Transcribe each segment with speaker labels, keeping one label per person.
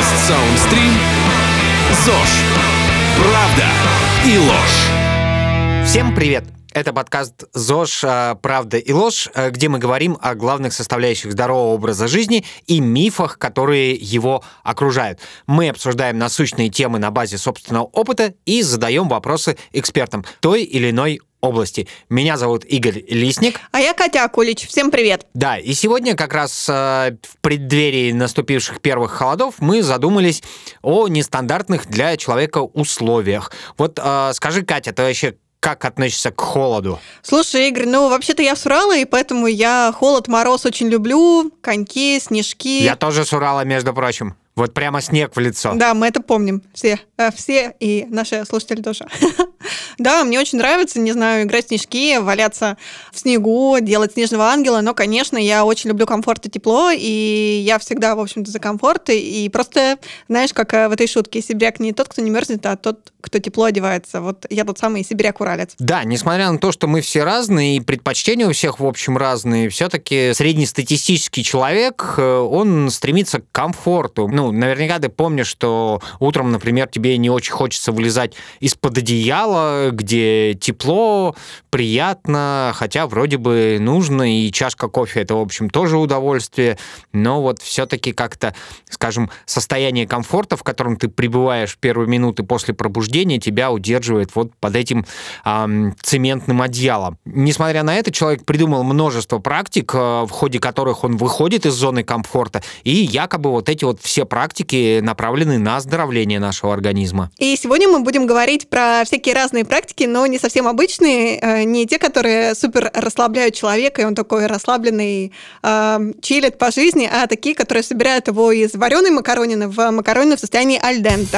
Speaker 1: Подкаст Soundstream ЗОЖ. Правда и ложь.
Speaker 2: Всем привет! Это подкаст ЗОЖ «Правда и ложь», где мы говорим о главных составляющих здорового образа жизни и мифах, которые его окружают. Мы обсуждаем насущные темы на базе собственного опыта и задаем вопросы экспертам той или иной области. Меня зовут Игорь Лисник.
Speaker 3: А я Катя Акулич. Всем привет.
Speaker 2: Да, и сегодня как раз в преддверии наступивших первых холодов мы задумались о нестандартных для человека условиях. Вот скажи, Катя, ты вообще как относишься к холоду?
Speaker 3: Слушай, Игорь, вообще-то я с Урала, и поэтому я холод, мороз очень люблю, коньки, снежки.
Speaker 2: Я тоже с Урала, между прочим. Вот прямо снег в лицо.
Speaker 3: Да, мы это помним. Все и наши слушатели тоже. Да, мне очень нравится, не знаю, играть в снежки, валяться в снегу, делать снежного ангела, но, конечно, я очень люблю комфорт и тепло, и я всегда, в общем-то, за комфорт, и просто, знаешь, как в этой шутке, сибиряк не тот, кто не мерзнет, а тот, кто тепло одевается. Вот я тот самый сибиряк-уралец.
Speaker 2: Да, несмотря на то, что мы все разные, и предпочтения у всех, в общем, разные, все-таки среднестатистический человек, он стремится к комфорту. Наверняка ты помнишь, что утром, например, тебе не очень хочется вылезать из-под одеяла, где тепло, приятно, хотя вроде бы нужно, и чашка кофе — это, в общем, тоже удовольствие, но вот все-таки как-то, скажем, состояние комфорта, в котором ты пребываешь в первые минуты после пробуждения, тебя удерживает вот под этим цементным одеялом. Несмотря на это, человек придумал множество практик, в ходе которых он выходит из зоны комфорта, и якобы вот эти вот все практики направлены на оздоровление нашего организма.
Speaker 3: И сегодня мы будем говорить про всякие разные практики, но не совсем обычные, не те, которые супер расслабляют человека, и он такой расслабленный, чилит по жизни, а такие, которые собирают его из вареной макаронины в макароны в состоянии аль денте.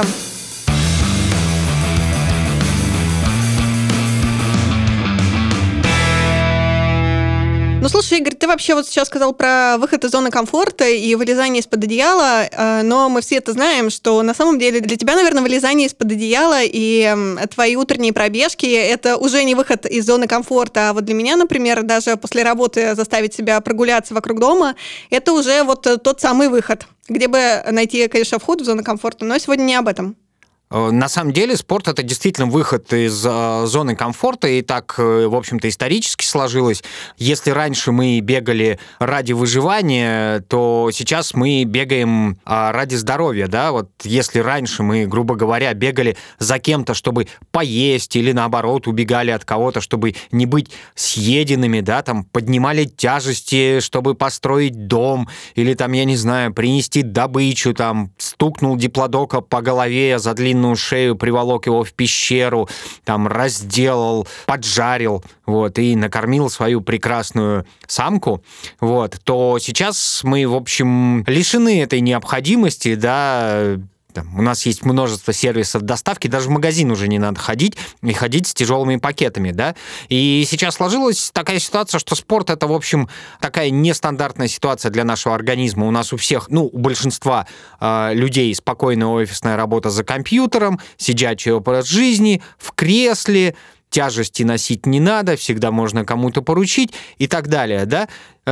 Speaker 3: Слушай, Игорь, ты вообще вот сейчас сказал про выход из зоны комфорта и вылезание из-под одеяла, но мы все это знаем, что на самом деле для тебя, наверное, вылезание из-под одеяла и твои утренние пробежки — это уже не выход из зоны комфорта, а вот для меня, например, даже после работы заставить себя прогуляться вокруг дома — это уже вот тот самый выход, где бы найти, конечно, вход в зону комфорта, но сегодня не об этом.
Speaker 2: На самом деле спорт — это действительно выход из зоны комфорта, и так, в общем-то, исторически сложилось. Если раньше мы бегали ради выживания, то сейчас мы бегаем ради здоровья, да? Вот если раньше мы, грубо говоря, бегали за кем-то, чтобы поесть, или наоборот, убегали от кого-то, чтобы не быть съеденными, да, там, поднимали тяжести, чтобы построить дом, или там, я не знаю, принести добычу, там, стукнул диплодока по голове за длинную шею, приволок его в пещеру, там, разделал, поджарил, вот, и накормил свою прекрасную самку, вот, то сейчас мы, в общем, лишены этой необходимости, да. У нас есть множество сервисов доставки, даже в магазин уже не надо ходить, и ходить с тяжелыми пакетами, да. И сейчас сложилась такая ситуация, что спорт — это, в общем, такая нестандартная ситуация для нашего организма. У нас у всех, у большинства людей спокойная офисная работа за компьютером, сидячий образ жизни, в кресле, тяжести носить не надо, всегда можно кому-то поручить и так далее, да.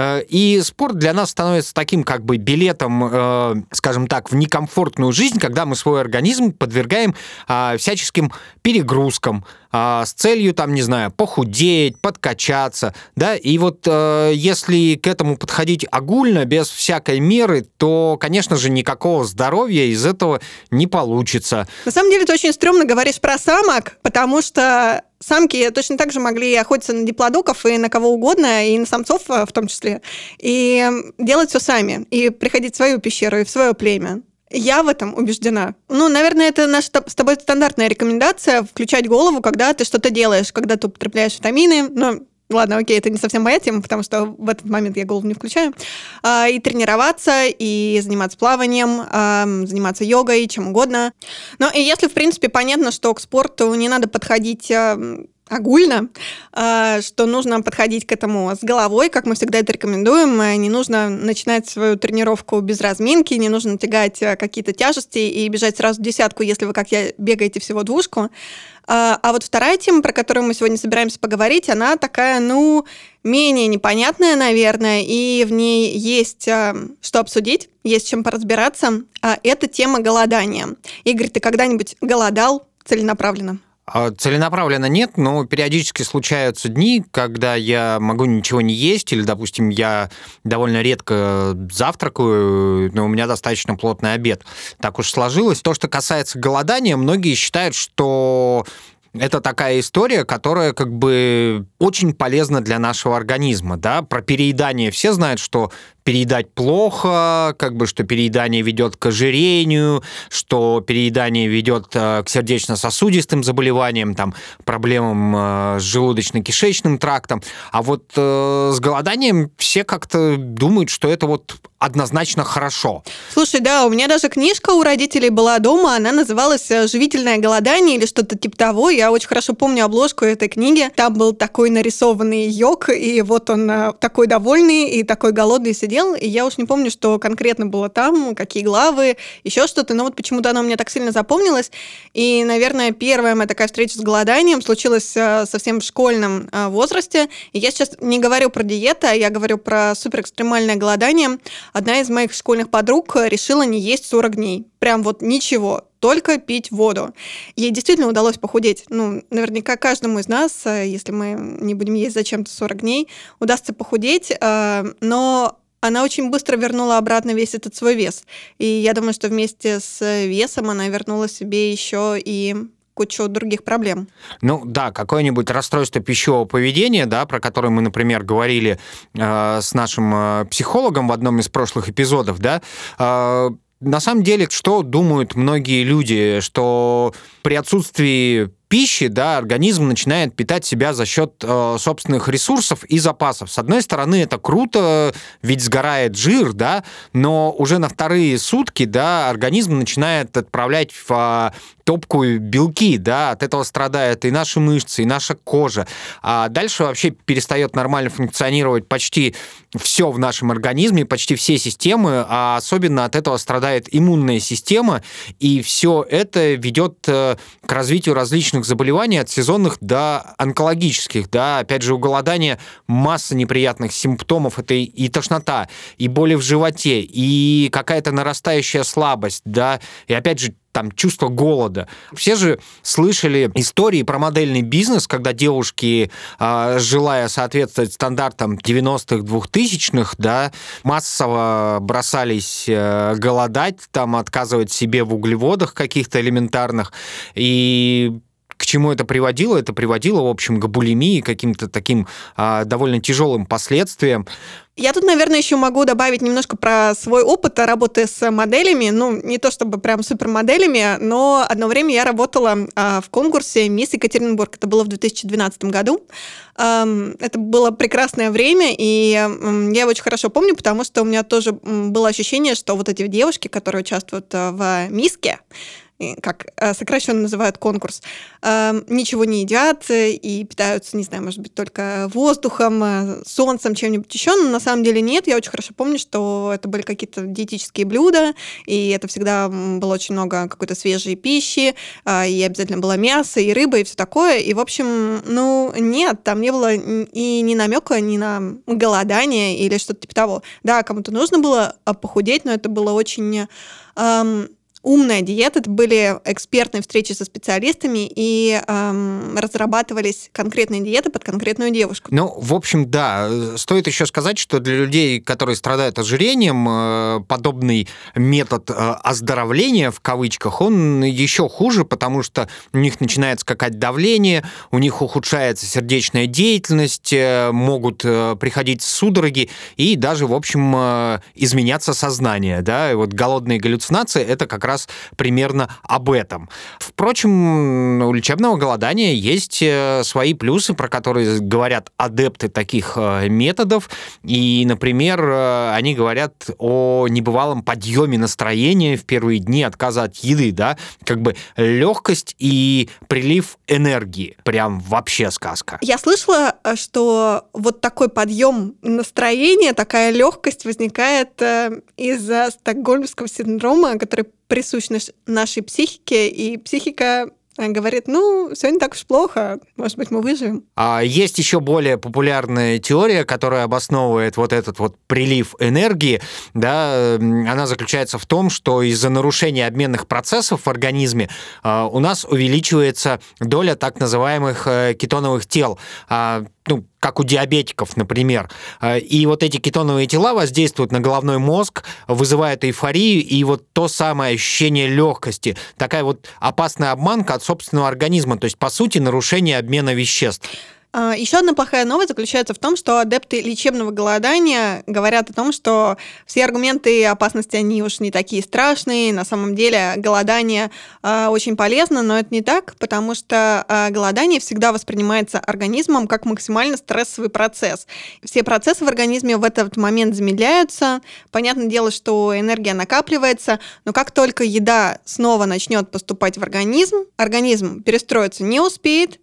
Speaker 2: И спорт для нас становится таким как бы билетом, скажем так, в некомфортную жизнь, когда мы свой организм подвергаем всяческим перегрузкам с целью, там, не знаю, похудеть, подкачаться, да, и вот если к этому подходить огульно, без всякой меры, то, конечно же, никакого здоровья из этого не получится.
Speaker 3: На самом деле, ты очень стрёмно говоришь про самок, потому что самки точно так же могли охотиться на диплодоков и на кого угодно, и на самцов в том числе, и делать все сами, и приходить в свою пещеру и в свое племя. Я в этом убеждена. Наверное, это наша с тобой стандартная рекомендация — включать голову, когда ты что-то делаешь, когда ты употребляешь витамины. Ладно, окей, это не совсем моя тема, потому что в этот момент я голову не включаю. И тренироваться, и заниматься плаванием, заниматься йогой, чем угодно. И если, в принципе, понятно, что к спорту не надо подходить огульно, что нужно подходить к этому с головой, как мы всегда это рекомендуем. Не нужно начинать свою тренировку без разминки, не нужно тягать какие-то тяжести и бежать сразу в десятку, если вы, как я, бегаете всего двушку. А вот вторая тема, про которую мы сегодня собираемся поговорить, она такая, менее непонятная, наверное, и в ней есть что обсудить, есть чем поразбираться. Это тема голодания. Игорь, ты когда-нибудь голодал целенаправленно?
Speaker 2: Целенаправленно нет, но периодически случаются дни, когда я могу ничего не есть, или, допустим, я довольно редко завтракаю, но у меня достаточно плотный обед. Так уж сложилось. То, что касается голодания, многие считают, что это такая история, которая как бы очень полезна для нашего организма, да. Про переедание все знают, что переедать плохо, как бы, что переедание ведет к ожирению, что переедание ведет к сердечно-сосудистым заболеваниям, там, проблемам с желудочно-кишечным трактом. А вот с голоданием все как-то думают, что это вот однозначно хорошо.
Speaker 3: Слушай, да, у меня даже книжка у родителей была дома, она называлась «Живительное голодание» или что-то типа того. Я очень хорошо помню обложку этой книги. Там был такой нарисованный йог, и вот он такой довольный и такой голодный сидел. И я уж не помню, что конкретно было там, какие главы, еще что-то, но вот почему-то оно мне так сильно запомнилось. И, наверное, первая моя такая встреча с голоданием случилась совсем в школьном возрасте. И я сейчас не говорю про диету, а я говорю про суперэкстремальное голодание. Одна из моих школьных подруг решила не есть 40 дней. Прям вот ничего, только пить воду. Ей действительно удалось похудеть. Наверняка каждому из нас, если мы не будем есть зачем-то 40 дней, удастся похудеть, но она очень быстро вернула обратно весь этот свой вес. И я думаю, что вместе с весом она вернула себе еще и кучу других проблем.
Speaker 2: Да, какое-нибудь расстройство пищевого поведения, да, про которое мы, например, говорили с нашим психологом в одном из прошлых эпизодов, да, на самом деле, что думают многие люди, что при отсутствии пищи, да, организм начинает питать себя за счет собственных ресурсов и запасов. С одной стороны, это круто, ведь сгорает жир, да, но уже на вторые сутки, да, организм начинает отправлять в топку белки, да, от этого страдают и наши мышцы, и наша кожа. А дальше вообще перестает нормально функционировать почти все в нашем организме, почти все системы, а особенно от этого страдает иммунная система, и все это ведет к развитию различных заболеваний от сезонных до онкологических, да, опять же, у голодания масса неприятных симптомов, это и тошнота, и боли в животе, и какая-то нарастающая слабость, да, и опять же, там, чувство голода. Все же слышали истории про модельный бизнес, когда девушки, желая соответствовать стандартам 90-х, 2000-х, да, массово бросались голодать, там, отказывать себе в углеводах каких-то элементарных, и к чему это приводило? Это приводило, в общем, к булимии, каким-то таким довольно тяжелым последствиям.
Speaker 3: Я тут, наверное, еще могу добавить немножко про свой опыт работы с моделями. Не то чтобы прям супермоделями, но одно время я работала в конкурсе «Мисс Екатеринбург». Это было в 2012 году. Это было прекрасное время, и я его очень хорошо помню, потому что у меня тоже было ощущение, что вот эти девушки, которые участвуют в «Миске», как сокращенно называют конкурс, ничего не едят и питаются, не знаю, может быть, только воздухом, солнцем, чем-нибудь еще, но на самом деле нет. Я очень хорошо помню, что это были какие-то диетические блюда, и это всегда было очень много какой-то свежей пищи, и обязательно было мясо, и рыба, и все такое. И, в общем, нет, там не было и ни намека ни на голодание или что-то типа того. Да, кому-то нужно было похудеть, но это было очень умная диета, это были экспертные встречи со специалистами, и разрабатывались конкретные диеты под конкретную девушку.
Speaker 2: В общем, да, стоит еще сказать, что для людей, которые страдают ожирением, подобный метод оздоровления, в кавычках, он еще хуже, потому что у них начинает скакать давление, у них ухудшается сердечная деятельность, могут приходить судороги и даже, в общем, изменяться сознание, да, и вот голодные галлюцинации — это как раз раз примерно об этом. Впрочем, у лечебного голодания есть свои плюсы, про которые говорят адепты таких методов. И, например, они говорят о небывалом подъеме настроения в первые дни отказа от еды, да, как бы легкость и прилив энергии. Прям вообще сказка.
Speaker 3: Я слышала, что вот такой подъем настроения, такая легкость возникает из-за стокгольмского синдрома, который присущ нашей психике, и психика говорит, все не так уж плохо, может быть, мы выживем.
Speaker 2: Есть еще более популярная теория, которая обосновывает вот этот вот прилив энергии, да, она заключается в том, что из-за нарушения обменных процессов в организме у нас увеличивается доля так называемых кетоновых тел, как у диабетиков, например. И вот эти кетоновые тела воздействуют на головной мозг, вызывают эйфорию и вот то самое ощущение легкости. Такая вот опасная обманка от собственного организма, то есть, по сути, нарушение обмена веществ.
Speaker 3: Еще одна плохая новость заключается в том, что адепты лечебного голодания говорят о том, что все аргументы и опасности, они уж не такие страшные. На самом деле голодание очень полезно, но это не так, потому что голодание всегда воспринимается организмом как максимально стрессовый процесс. Все процессы в организме в этот момент замедляются. Понятное дело, что энергия накапливается, но как только еда снова начнет поступать в организм перестроиться не успеет,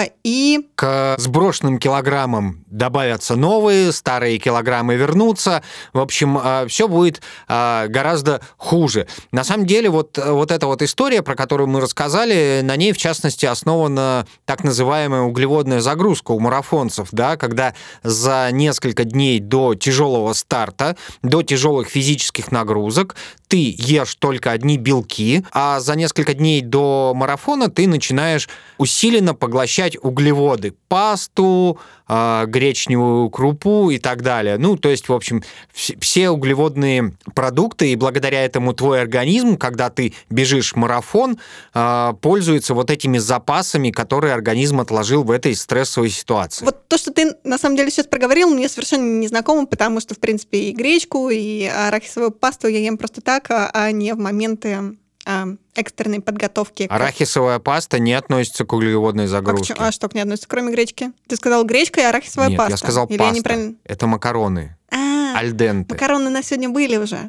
Speaker 3: и
Speaker 2: к сброшенным килограммам добавятся новые, старые килограммы вернутся. В общем, все будет гораздо хуже. На самом деле, вот эта вот история, про которую мы рассказали, на ней, в частности, основана так называемая углеводная загрузка у марафонцев, да, когда за несколько дней до тяжелого старта, до тяжелых физических нагрузок, ты ешь только одни белки, а за несколько дней до марафона ты начинаешь усиленно поглощать углеводы, пасту, гречневую крупу и так далее. То есть, в общем, все углеводные продукты, и благодаря этому твой организм, когда ты бежишь марафон, пользуется вот этими запасами, которые организм отложил в этой стрессовой ситуации.
Speaker 3: Вот то, что ты на самом деле сейчас проговорил, мне совершенно не знакомо, потому что, в принципе, и гречку, и арахисовую пасту я ем просто так, а не в моменты экстренной подготовки.
Speaker 2: Арахисовая паста не относится к углеводной загрузке.
Speaker 3: А что к ней относится, кроме гречки? Ты сказал гречка и арахисовая паста.
Speaker 2: Нет, я сказал
Speaker 3: или
Speaker 2: паста.
Speaker 3: Я неправильно...
Speaker 2: Это макароны. Аль денте.
Speaker 3: Макароны на сегодня были уже.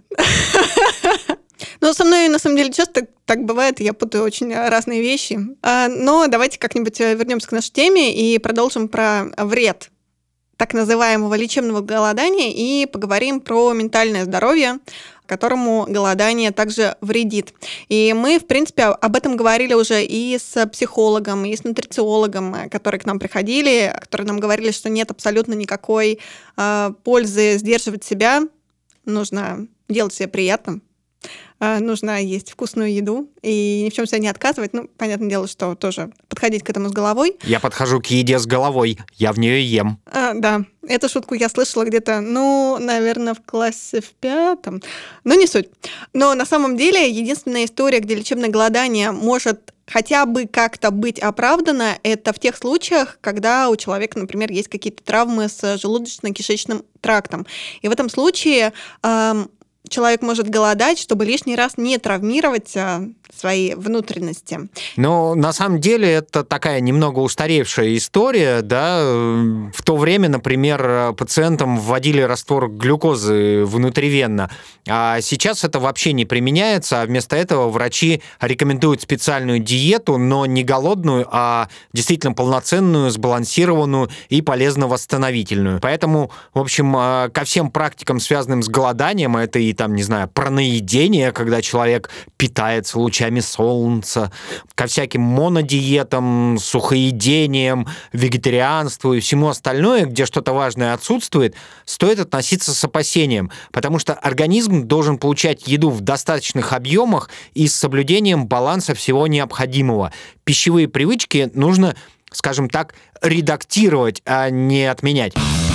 Speaker 3: Но со мной, на самом деле, часто так бывает, я путаю очень разные вещи. Но давайте как-нибудь вернемся к нашей теме и продолжим про вред так называемого лечебного голодания и поговорим про ментальное здоровье, которому голодание также вредит. И мы, в принципе, об этом говорили уже и с психологом, и с нутрициологом, которые к нам приходили, которые нам говорили, что нет абсолютно никакой пользы сдерживать себя, нужно делать себе приятно, нужно есть вкусную еду и ни в чем себе не отказывать. Понятное дело, что тоже подходить к этому с головой.
Speaker 2: Я подхожу к еде с головой, я в нее ем.
Speaker 3: Да, эту шутку я слышала где-то, наверное, в классе в 5, но не суть. Но на самом деле единственная история, где лечебное голодание может хотя бы как-то быть оправдано, это в тех случаях, когда у человека, например, есть какие-то травмы с желудочно-кишечным трактом. И в этом случае человек может голодать, чтобы лишний раз не травмировать свои внутренности.
Speaker 2: Но на самом деле это такая немного устаревшая история, да. В то время, например, пациентам вводили раствор глюкозы внутривенно, а сейчас это вообще не применяется, а вместо этого врачи рекомендуют специальную диету, но не голодную, а действительно полноценную, сбалансированную и полезно-восстановительную. Поэтому, в общем, ко всем практикам, связанным с голоданием, это и праноедение, когда человек питается лучами солнца, ко всяким монодиетам, сухоедениям, вегетарианству и всему остальное, где что-то важное отсутствует, стоит относиться с опасением, потому что организм должен получать еду в достаточных объемах и с соблюдением баланса всего необходимого. Пищевые привычки нужно, скажем так, редактировать, а не отменять.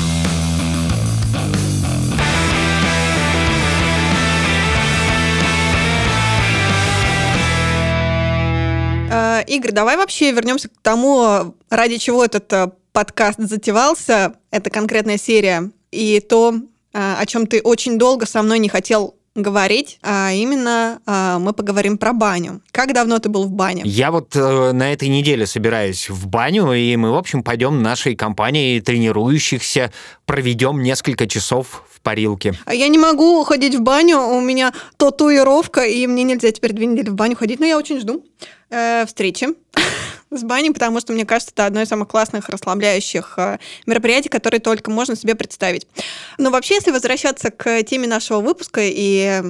Speaker 3: Игорь, давай вообще вернемся к тому, ради чего этот подкаст затевался. Это конкретная серия и то, о чем ты очень долго со мной не хотел говорить, а именно мы поговорим про баню. Как давно ты был в бане?
Speaker 2: Я вот на этой неделе собираюсь в баню, и мы, в общем, пойдем нашей компанией тренирующихся, проведем несколько часов в парилке.
Speaker 3: Я не могу ходить в баню, у меня татуировка, и мне нельзя теперь 2 недели в баню ходить, но я очень жду встречи с баней, потому что, мне кажется, это одно из самых классных, расслабляющих мероприятий, которые только можно себе представить. Но вообще, если возвращаться к теме нашего выпуска и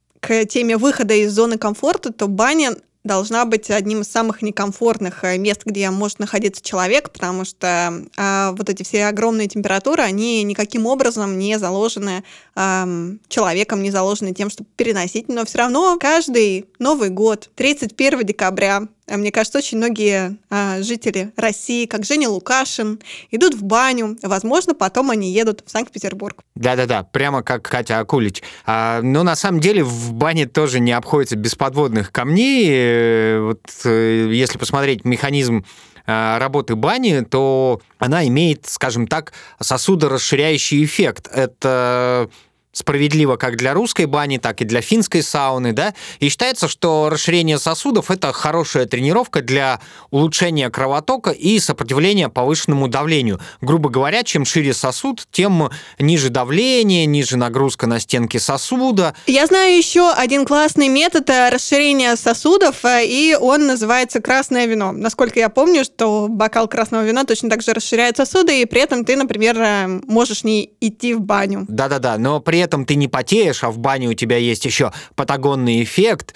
Speaker 3: к теме выхода из зоны комфорта, то баня должна быть одним из самых некомфортных мест, где может находиться человек, потому что вот эти все огромные температуры, они никаким образом не заложены человеком, не заложены тем, чтобы переносить, но все равно каждый Новый год, 31 декабря, мне кажется, очень многие жители России, как Женя Лукашин, идут в баню. Возможно, потом они едут в Санкт-Петербург.
Speaker 2: Да-да-да, прямо как Катя Акулич. Но на самом деле в бане тоже не обходится без подводных камней. Вот если посмотреть механизм работы бани, то она имеет, скажем так, сосудорасширяющий эффект. Это справедливо как для русской бани, так и для финской сауны, да, и считается, что расширение сосудов – это хорошая тренировка для улучшения кровотока и сопротивления повышенному давлению. Грубо говоря, чем шире сосуд, тем ниже давление, ниже нагрузка на стенки сосуда.
Speaker 3: Я знаю еще один классный метод расширения сосудов, и он называется красное вино. Насколько я помню, что бокал красного вина точно так же расширяет сосуды, и при этом ты, например, можешь не идти в баню.
Speaker 2: Да-да-да, но при этом ты не потеешь, а в бане у тебя есть еще патагонный эффект,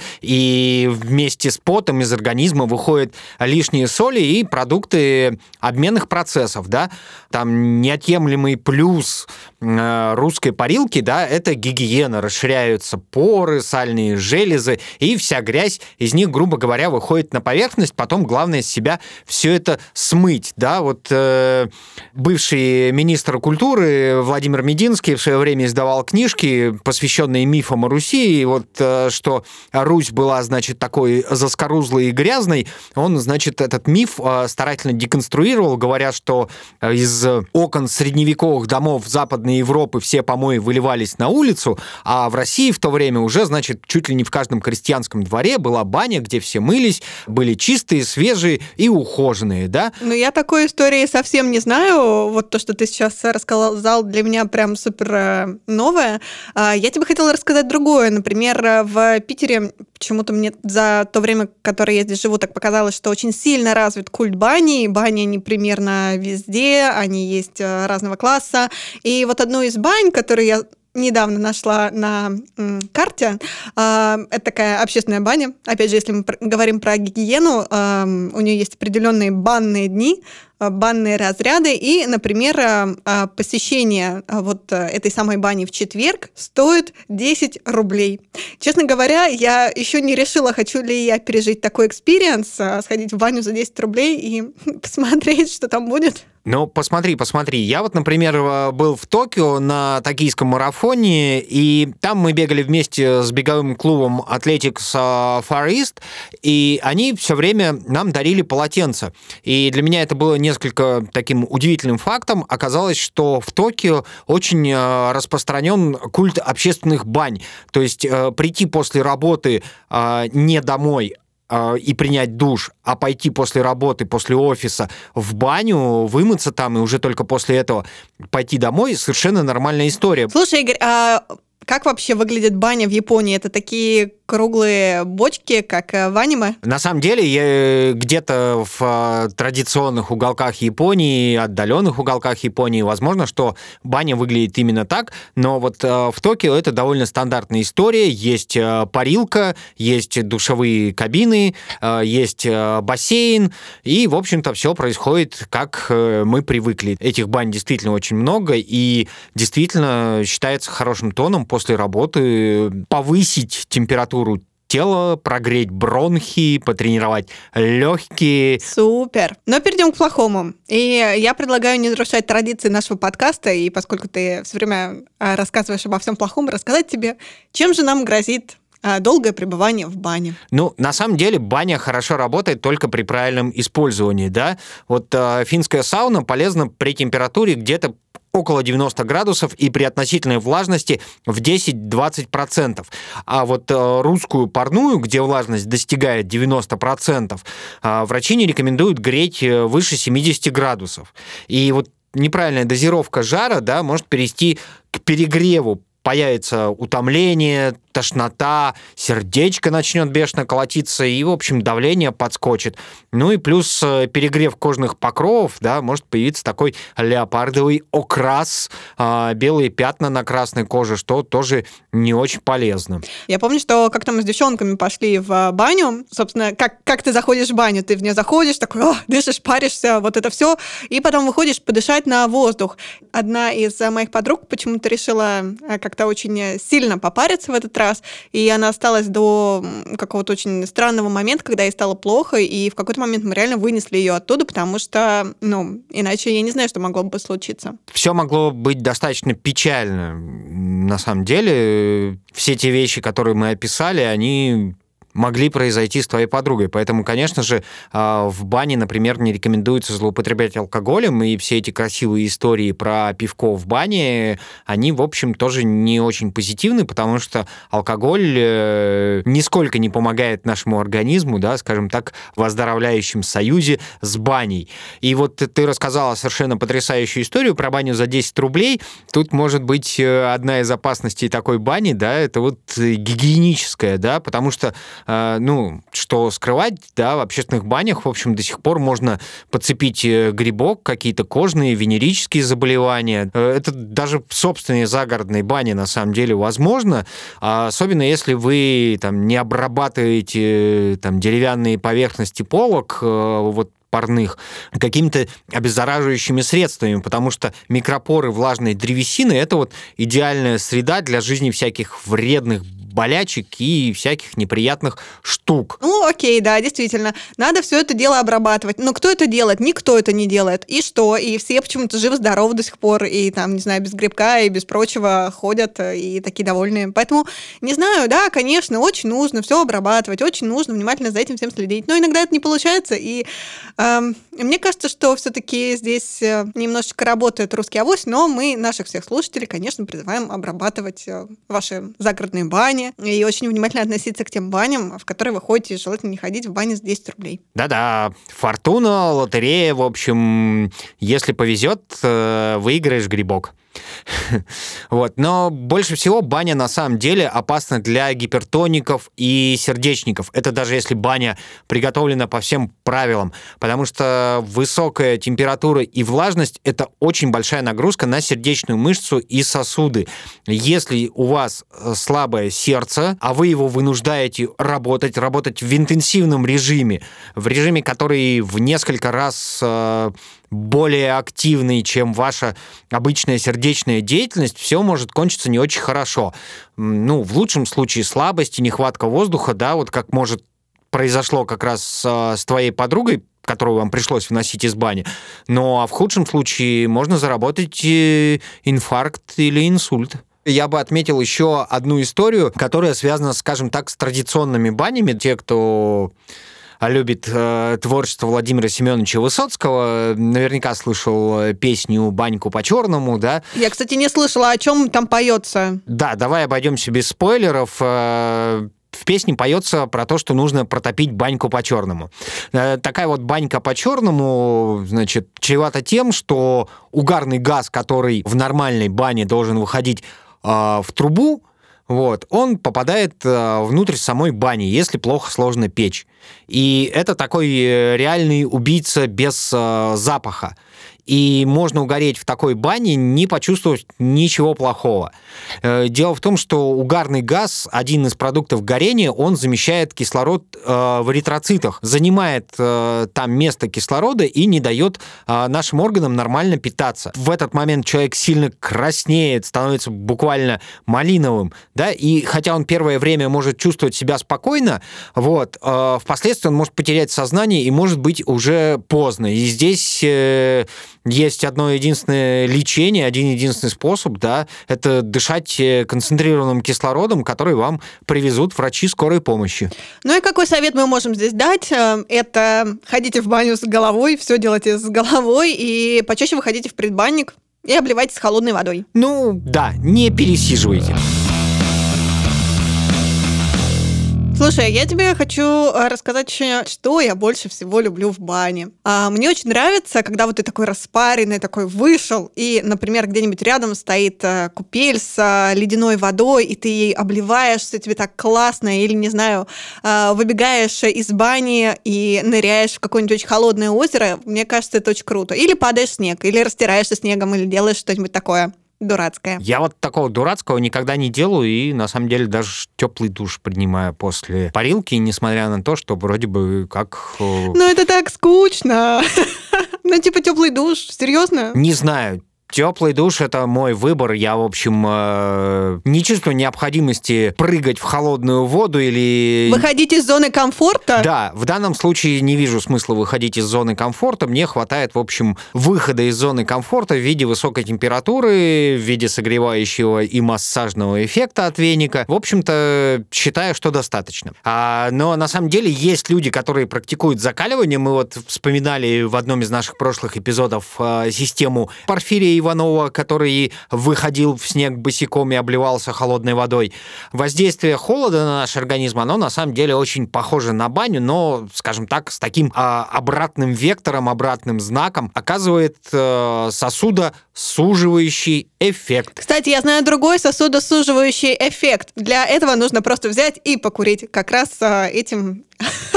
Speaker 2: и вместе с потом из организма выходят лишние соли и продукты обменных процессов, да. Там неотъемлемый плюс русской парилки, да, это гигиена, расширяются поры, сальные железы, и вся грязь из них, грубо говоря, выходит на поверхность, потом главное с себя все это смыть, да. Вот бывший министр культуры Владимир Мединский в свое время издавал книжки, посвященные мифам о Руси, и вот что Русь была, значит, такой заскорузлой и грязной, он, значит, этот миф старательно деконструировал, говоря, что из окон средневековых домов Западной Европы все помои выливались на улицу, а в России в то время уже, значит, чуть ли не в каждом крестьянском дворе была баня, где все мылись, были чистые, свежие и ухоженные, да?
Speaker 3: Ну, я такой истории совсем не знаю. Вот то, что ты сейчас рассказал, для меня прям супер новое. Я тебе хотела рассказать другое. Например, в Питере почему-то мне за то время, которое я здесь живу, так показалось, что очень сильно развит культ бани. И бани, они примерно везде, они есть разного класса. И вот одну из бань, которую я недавно нашла на карте. Это такая общественная баня. Опять же, если мы говорим про гигиену, у нее есть определенные банные дни, банные разряды, и, например, посещение вот этой самой бани в четверг стоит 10 рублей. Честно говоря, я еще не решила, хочу ли я пережить такой экспириенс, сходить в баню за 10 рублей и посмотреть, что там будет.
Speaker 2: Ну, посмотри. Я вот, например, был в Токио на токийском марафоне, и там мы бегали вместе с беговым клубом Athletics Far East, и они все время нам дарили полотенца. И для меня это было несколько таким удивительным фактом. Оказалось, что в Токио очень распространен культ общественных бань. То есть прийти после работы не домой, и принять душ, а пойти после работы, после офиса в баню, вымыться там, и уже только после этого пойти домой, совершенно нормальная история.
Speaker 3: Слушай, Игорь, а как вообще выглядит баня в Японии? Это такие круглые бочки, как в аниме?
Speaker 2: На самом деле, где-то в традиционных уголках Японии, отдаленных уголках Японии, возможно, что баня выглядит именно так, но вот в Токио это довольно стандартная история. Есть парилка, есть душевые кабины, есть бассейн, и, в общем-то, все происходит, как мы привыкли. Этих бань действительно очень много, и действительно считается хорошим тоном после работы повысить температуру тела, прогреть бронхи, потренировать легкие.
Speaker 3: Супер. Но перейдем к плохому. И я предлагаю не нарушать традиции нашего подкаста, и поскольку ты все время рассказываешь обо всем плохом, рассказать тебе, чем же нам грозит долгое пребывание в бане.
Speaker 2: Ну, на самом деле, баня хорошо работает только при правильном использовании, да. Вот финская сауна полезна при температуре где-то около 90 градусов и при относительной влажности в 10-20%. А вот русскую парную, где влажность достигает 90%, врачи не рекомендуют греть выше 70 градусов. И вот неправильная дозировка жара, да, может привести к перегреву. Появится утомление, тошнота, сердечко начнет бешено колотиться, и, в общем, давление подскочит. Ну и плюс перегрев кожных покровов, да, может появиться такой леопардовый окрас, белые пятна на красной коже, что тоже не очень полезно.
Speaker 3: Я помню, что как-то мы с девчонками пошли в баню. Собственно, как ты заходишь в баню? Ты в нее заходишь, такой, дышишь, паришься, вот это все, и потом выходишь подышать на воздух. Одна из моих подруг почему-то решила как-то очень сильно попариться в этот раз, и она осталась до какого-то очень странного момента, когда ей стало плохо, и в какой-то момент мы реально вынесли ее оттуда, потому что, иначе я не знаю, что могло бы случиться.
Speaker 2: Все могло быть достаточно печально. На самом деле, все те вещи, которые мы описали, они могли произойти с твоей подругой. Поэтому, конечно же, в бане, например, не рекомендуется злоупотреблять алкоголем, и все эти красивые истории про пивко в бане, они, в общем, тоже не очень позитивны, потому что алкоголь нисколько не помогает нашему организму, да, скажем так, в оздоровляющем союзе с баней. И вот ты рассказала совершенно потрясающую историю про баню за 10 рублей. Тут может быть одна из опасностей такой бани, да, это вот гигиеническая, да, потому что что скрывать, да, в общественных банях, в общем, до сих пор можно подцепить грибок, какие-то кожные, венерические заболевания. Это даже в собственной загородной бане, на самом деле, возможно, особенно если вы там не обрабатываете там деревянные поверхности полок, парных, какими-то обеззараживающими средствами, потому что микропоры влажной древесины — это вот идеальная среда для жизни всяких вредных болячек и всяких неприятных штук.
Speaker 3: Окей, да, действительно. Надо все это дело обрабатывать. Но кто это делает? Никто это не делает. И что? И все почему-то живы-здоровы до сих пор, и там, не знаю, без грибка и без прочего ходят, и такие довольные. Поэтому, не знаю, да, конечно, очень нужно все обрабатывать, очень нужно внимательно за этим всем следить. Но иногда это не получается, и мне кажется, что все-таки здесь немножечко работает русский авось, но мы наших всех слушателей, конечно, призываем обрабатывать ваши загородные бани и очень внимательно относиться к тем баням, в которые вы ходите, желательно не ходить в бане за 10 рублей.
Speaker 2: Да-да, фортуна, лотерея, в общем, если повезет, выиграешь грибок. Вот. Но больше всего баня на самом деле опасна для гипертоников и сердечников. Это даже если баня приготовлена по всем правилам, потому что высокая температура и влажность — это очень большая нагрузка на сердечную мышцу и сосуды. Если у вас слабое сердце, а вы его вынуждаете работать в интенсивном режиме, в режиме, который в несколько раз более активный, чем ваша обычная сердечная деятельность, все может кончиться не очень хорошо. В лучшем случае слабость и нехватка воздуха, да, вот как произошло как раз с твоей подругой, которую вам пришлось вносить из бани. А в худшем случае можно заработать инфаркт или инсульт. Я бы отметил еще одну историю, которая связана, скажем так, с традиционными банями. Те, кто любит творчество Владимира Семеновича Высоцкого, наверняка слышал песню «Баньку по-черному», да?
Speaker 3: Я, кстати, не слышала, о чем там поется.
Speaker 2: Да, давай обойдемся без спойлеров. В песне поется про то, что нужно протопить баньку по-черному. Такая вот банька по-черному, значит, чревата тем, что угарный газ, который в нормальной бане должен выходить в трубу, он попадает внутрь самой бани, если плохо сложно печь. И это такой реальный убийца без запаха. И можно угореть в такой бане, не почувствовав ничего плохого. Дело в том, что угарный газ, один из продуктов горения, он замещает кислород в эритроцитах, занимает там место кислорода и не дает нашим органам нормально питаться. В этот момент человек сильно краснеет, становится буквально малиновым, да, и хотя он первое время может чувствовать себя спокойно, впоследствии он может потерять сознание и может быть уже поздно. И здесь есть одно единственное лечение, один единственный способ, да, это дышать концентрированным кислородом, который вам привезут врачи скорой помощи.
Speaker 3: И какой совет мы можем здесь дать? Это ходите в баню с головой, все делайте с головой, и почаще выходите в предбанник. и обливайтесь холодной водой.
Speaker 2: Ну, да, не пересиживайте.
Speaker 3: Слушай, я тебе хочу рассказать еще, что я больше всего люблю в бане. Мне очень нравится, когда вот ты такой распаренный, такой вышел, и, например, где-нибудь рядом стоит купель с ледяной водой, и ты ей обливаешься, тебе так классно, или, не знаю, выбегаешь из бани и ныряешь в какое-нибудь очень холодное озеро. Мне кажется, это очень круто. Или падаешь в снег, или растираешься снегом, или делаешь что-нибудь такое дурацкое.
Speaker 2: Я вот такого дурацкого никогда не делаю, и на самом деле даже теплый душ принимаю после парилки, несмотря на то, что вроде бы как...
Speaker 3: Ну, это так скучно. Ну, типа теплый душ, серьезно?
Speaker 2: Не знаю. Теплый душ — это мой выбор. Я, в общем, не чувствую необходимости прыгать в холодную воду или...
Speaker 3: Выходить из зоны комфорта?
Speaker 2: Да, в данном случае не вижу смысла выходить из зоны комфорта. Мне хватает, в общем, выхода из зоны комфорта в виде высокой температуры, в виде согревающего и массажного эффекта от веника. В общем-то, считаю, что достаточно. Но на самом деле есть люди, которые практикуют закаливание. Мы вот вспоминали в одном из наших прошлых эпизодов систему Порфирия Иванова, который выходил в снег босиком и обливался холодной водой. Воздействие холода на наш организм, оно на самом деле очень похоже на баню, но, скажем так, с таким обратным вектором, обратным знаком оказывает сосудосуживающий эффект.
Speaker 3: Кстати, я знаю другой сосудосуживающий эффект. Для этого нужно просто взять и покурить. Как раз этим...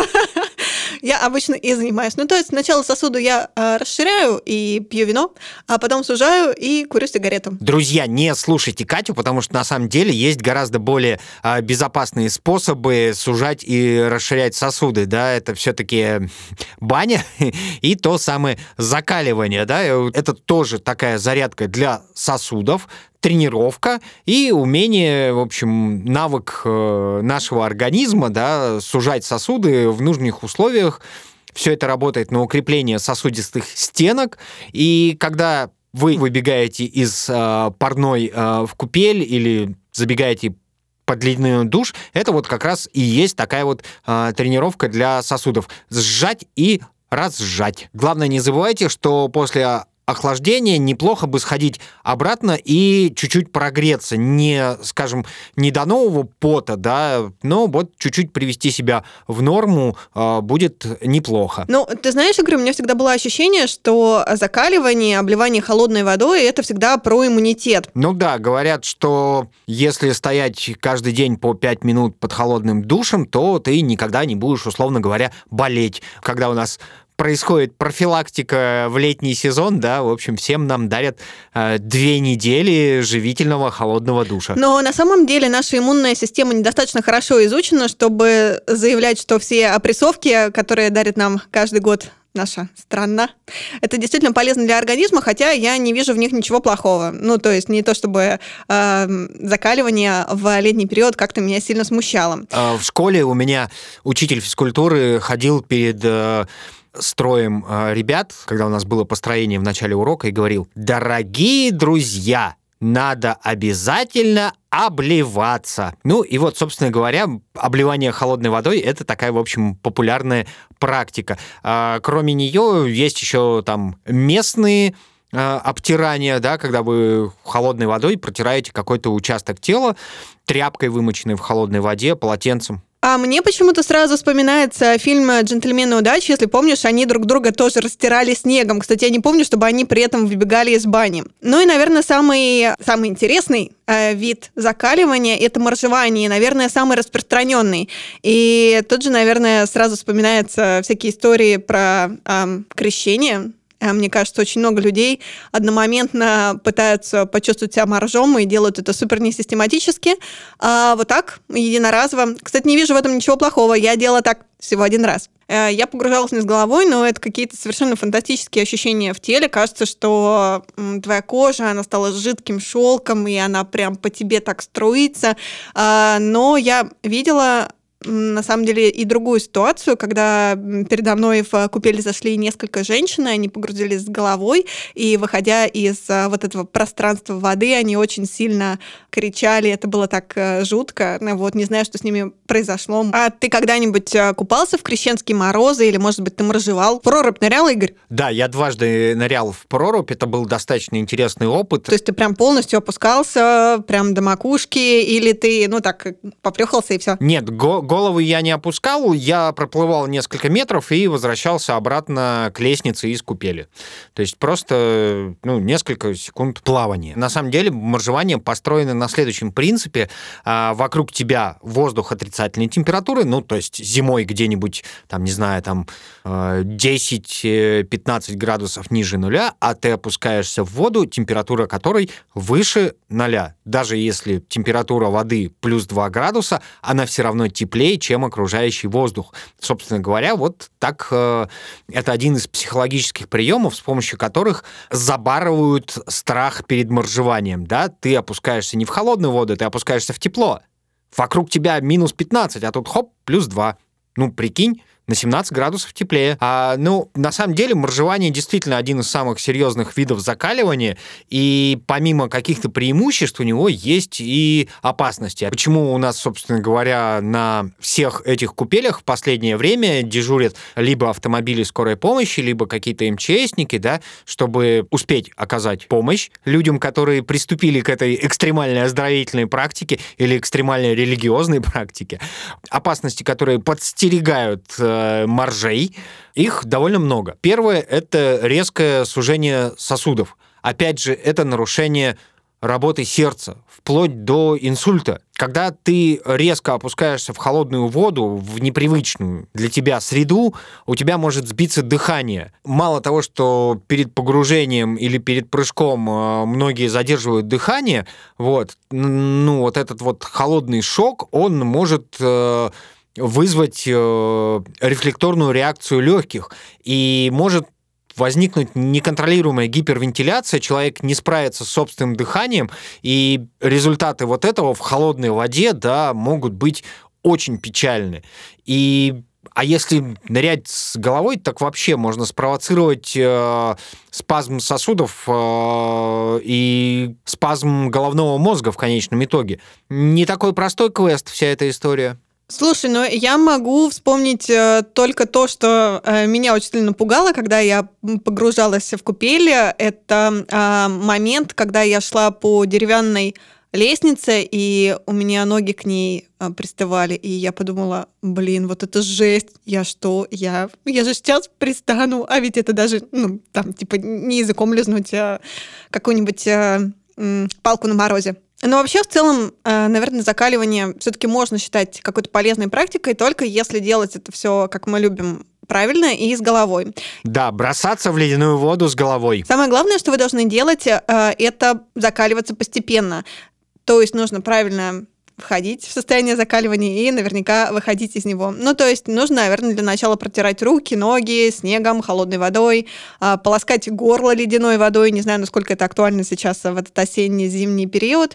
Speaker 3: Я обычно и занимаюсь. Ну, то есть сначала сосуды я расширяю и пью вино, а потом сужаю и курю сигарету.
Speaker 2: Друзья, не слушайте Катю, потому что на самом деле есть гораздо более безопасные способы сужать и расширять сосуды. Да? Это все-таки баня и то самое закаливание. Да? Это тоже такая зарядка для сосудов, тренировка и умение, в общем, навык нашего организма, да, сужать сосуды в нужных условиях. Все это работает на укрепление сосудистых стенок. И когда вы выбегаете из парной в купель или забегаете под ледяной душ, это вот как раз и есть такая вот тренировка для сосудов. Сжать и разжать. Главное, не забывайте, что после охлаждения неплохо бы сходить обратно и чуть-чуть прогреться. Не, скажем, не до нового пота, да, но вот чуть-чуть привести себя в норму будет неплохо.
Speaker 3: Ну, ты знаешь, Игорь, у меня всегда было ощущение, что закаливание, обливание холодной водой — это всегда про иммунитет.
Speaker 2: Ну да, говорят, что если стоять каждый день по 5 минут под холодным душем, то ты никогда не будешь, условно говоря, болеть. Когда у нас происходит профилактика в летний сезон, да, в общем, всем нам дарят 2 недели живительного холодного душа.
Speaker 3: Но на самом деле наша иммунная система недостаточно хорошо изучена, чтобы заявлять, что все опрессовки, которые дарит нам каждый год наша страна, это действительно полезно для организма, хотя я не вижу в них ничего плохого. Ну, то есть не то, чтобы закаливание в летний период как-то меня сильно смущало.
Speaker 2: В школе у меня учитель физкультуры ходил перед строем ребят, когда у нас было построение в начале урока, и говорил: «Дорогие друзья, надо обязательно обливаться». Ну и вот, собственно говоря, обливание холодной водой — это такая, в общем, популярная практика. Кроме нее есть еще там местные обтирания, да, когда вы холодной водой протираете какой-то участок тела тряпкой, вымоченной в холодной воде, полотенцем.
Speaker 3: А мне почему-то сразу вспоминается фильм «Джентльмены удачи». Если помнишь, они друг друга тоже растирали снегом. Кстати, я не помню, чтобы они при этом выбегали из бани. Ну и, наверное, самый интересный вид закаливания — это моржевание, наверное, самый распространенный. И тут же, наверное, сразу вспоминаются всякие истории про крещение. Мне кажется, очень много людей одномоментно пытаются почувствовать себя моржом и делают это супер несистематически. Вот так, единоразово. Кстати, не вижу в этом ничего плохого. Я делала так всего один раз. Я погружалась вниз головой, но это какие-то совершенно фантастические ощущения в теле. Кажется, что твоя кожа, она стала жидким шелком, и она прям по тебе так струится. Но я видела на самом деле и другую ситуацию, когда передо мной в купель зашли несколько женщин, они погрузились с головой, и, выходя из вот этого пространства воды, они очень сильно кричали, это было так жутко, вот, не знаю, что с ними произошло. А ты когда-нибудь купался в крещенские морозы, или, может быть, ты моржевал? В прорубь нырял, Игорь?
Speaker 2: Да, я дважды нырял в прорубь, это был достаточно интересный опыт.
Speaker 3: То есть ты прям полностью опускался, прям до макушки, или ты, ну так, поплёхался и все?
Speaker 2: Нет, голову я не опускал, я проплывал несколько метров и возвращался обратно к лестнице из купели. То есть просто несколько секунд плавания. На самом деле моржевание построено на следующем принципе. Вокруг тебя воздух отрицательной температуры, то есть зимой где-нибудь, 10-15 градусов ниже нуля, а ты опускаешься в воду, температура которой выше нуля. Даже если температура воды плюс 2 градуса, она все равно теплее, чем окружающий воздух. Собственно говоря, вот так это один из психологических приемов, с помощью которых забарывают страх перед моржеванием. Да? Ты опускаешься не в холодную воду, ты опускаешься в тепло. Вокруг тебя минус 15, а тут хоп, плюс 2. Прикинь, на 17 градусов теплее. На самом деле, моржевание действительно один из самых серьезных видов закаливания, и помимо каких-то преимуществ у него есть и опасности. Почему у нас, собственно говоря, на всех этих купелях в последнее время дежурят либо автомобили скорой помощи, либо какие-то МЧСники, да, чтобы успеть оказать помощь людям, которые приступили к этой экстремальной оздоровительной практике или экстремальной религиозной практике. Опасности, которые подстерегают моржей, их довольно много. Первое — это резкое сужение сосудов. Опять же, это нарушение работы сердца, вплоть до инсульта. Когда ты резко опускаешься в холодную воду, в непривычную для тебя среду, у тебя может сбиться дыхание. Мало того, что перед погружением или перед прыжком многие задерживают дыхание, вот этот вот холодный шок, он может вызвать рефлекторную реакцию легких и может возникнуть неконтролируемая гипервентиляция, человек не справится с собственным дыханием, и результаты вот этого в холодной воде, да, могут быть очень печальны. А если нырять с головой, так вообще можно спровоцировать спазм сосудов и спазм головного мозга в конечном итоге. Не такой простой квест вся эта история.
Speaker 3: Слушай, я могу вспомнить только то, что меня очень сильно пугало, когда я погружалась в купель. Это момент, когда я шла по деревянной лестнице, и у меня ноги к ней приставали, и я подумала, вот это жесть, я же сейчас пристану, а ведь это даже, не языком лизнуть, а какую-нибудь палку на морозе. Но вообще, в целом, наверное, закаливание все-таки можно считать какой-то полезной практикой, только если делать это все, как мы любим, правильно и с головой.
Speaker 2: Да, бросаться в ледяную воду с головой.
Speaker 3: Самое главное, что вы должны делать, это закаливаться постепенно. То есть нужно правильно входить в состояние закаливания и наверняка выходить из него. То есть нужно, наверное, для начала протирать руки, ноги снегом, холодной водой, полоскать горло ледяной водой. Не знаю, насколько это актуально сейчас в этот осенне-зимний период.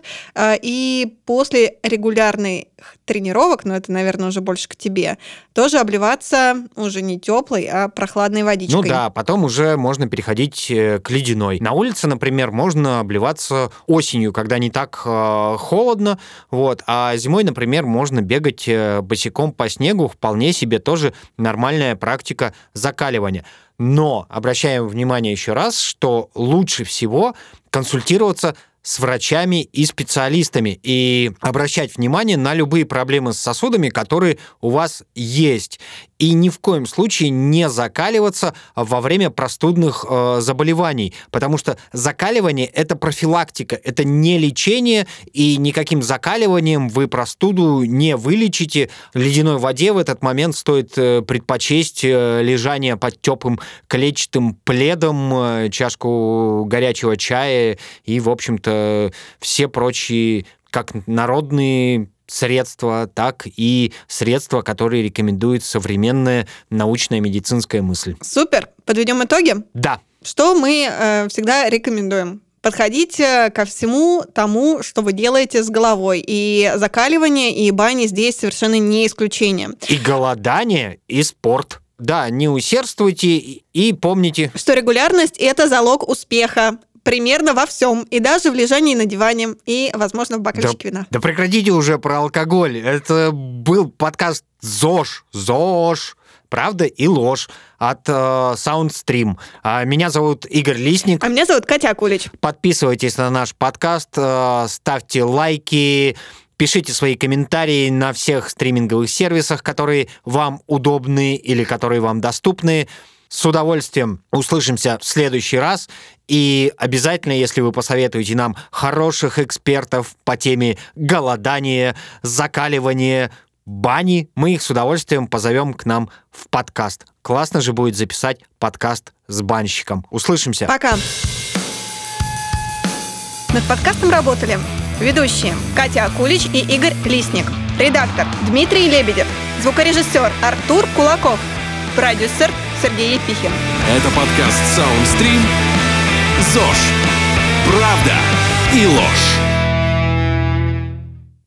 Speaker 3: И после регулярных тренировок, это, наверное, уже больше к тебе, тоже обливаться уже не теплой, а прохладной водичкой.
Speaker 2: Потом уже можно переходить к ледяной. На улице, например, можно обливаться осенью, когда не так холодно, а зимой, например, можно бегать босиком по снегу, вполне себе тоже нормальная практика закаливания. Но обращаем внимание еще раз, что лучше всего консультироваться с врачами и специалистами и обращать внимание на любые проблемы с сосудами, которые у вас есть. И ни в коем случае не закаливаться во время простудных заболеваний, потому что закаливание — это профилактика, это не лечение, и никаким закаливанием вы простуду не вылечите. Ледяной воде в этот момент стоит предпочесть лежание под теплым клетчатым пледом, чашку горячего чая и, в общем-то, все прочие, как народные средства, так и средства, которые рекомендует современная научная медицинская мысль.
Speaker 3: Супер! Подведем итоги?
Speaker 2: Да.
Speaker 3: Что мы всегда рекомендуем? Подходите ко всему тому, что вы делаете с головой. И закаливание, и бани здесь совершенно не исключение.
Speaker 2: И голодание, и спорт. Да, не усердствуйте и помните,
Speaker 3: Что регулярность – это залог успеха. Примерно во всем. И даже в лежании на диване. И, возможно, в бокальчике вина.
Speaker 2: Да прекратите уже про алкоголь. Это был подкаст ЗОЖ. ЗОЖ. Правда и ложь от Soundstream. Меня зовут Игорь Лисник.
Speaker 3: А меня зовут Катя Акулич.
Speaker 2: Подписывайтесь на наш подкаст, ставьте лайки, пишите свои комментарии на всех стриминговых сервисах, которые вам удобны или которые вам доступны. С удовольствием услышимся в следующий раз. И обязательно, если вы посоветуете нам хороших экспертов по теме голодания, закаливания, бани, мы их с удовольствием позовем к нам в подкаст. Классно же будет записать подкаст с банщиком. Услышимся.
Speaker 3: Пока. Над подкастом работали ведущие Катя Акулич и Игорь Лисник, редактор Дмитрий Лебедев, звукорежиссер Артур Кулаков, продюсер Сергей Епихин.
Speaker 1: Это подкаст Soundstream. ЗОЖ. Правда и ложь.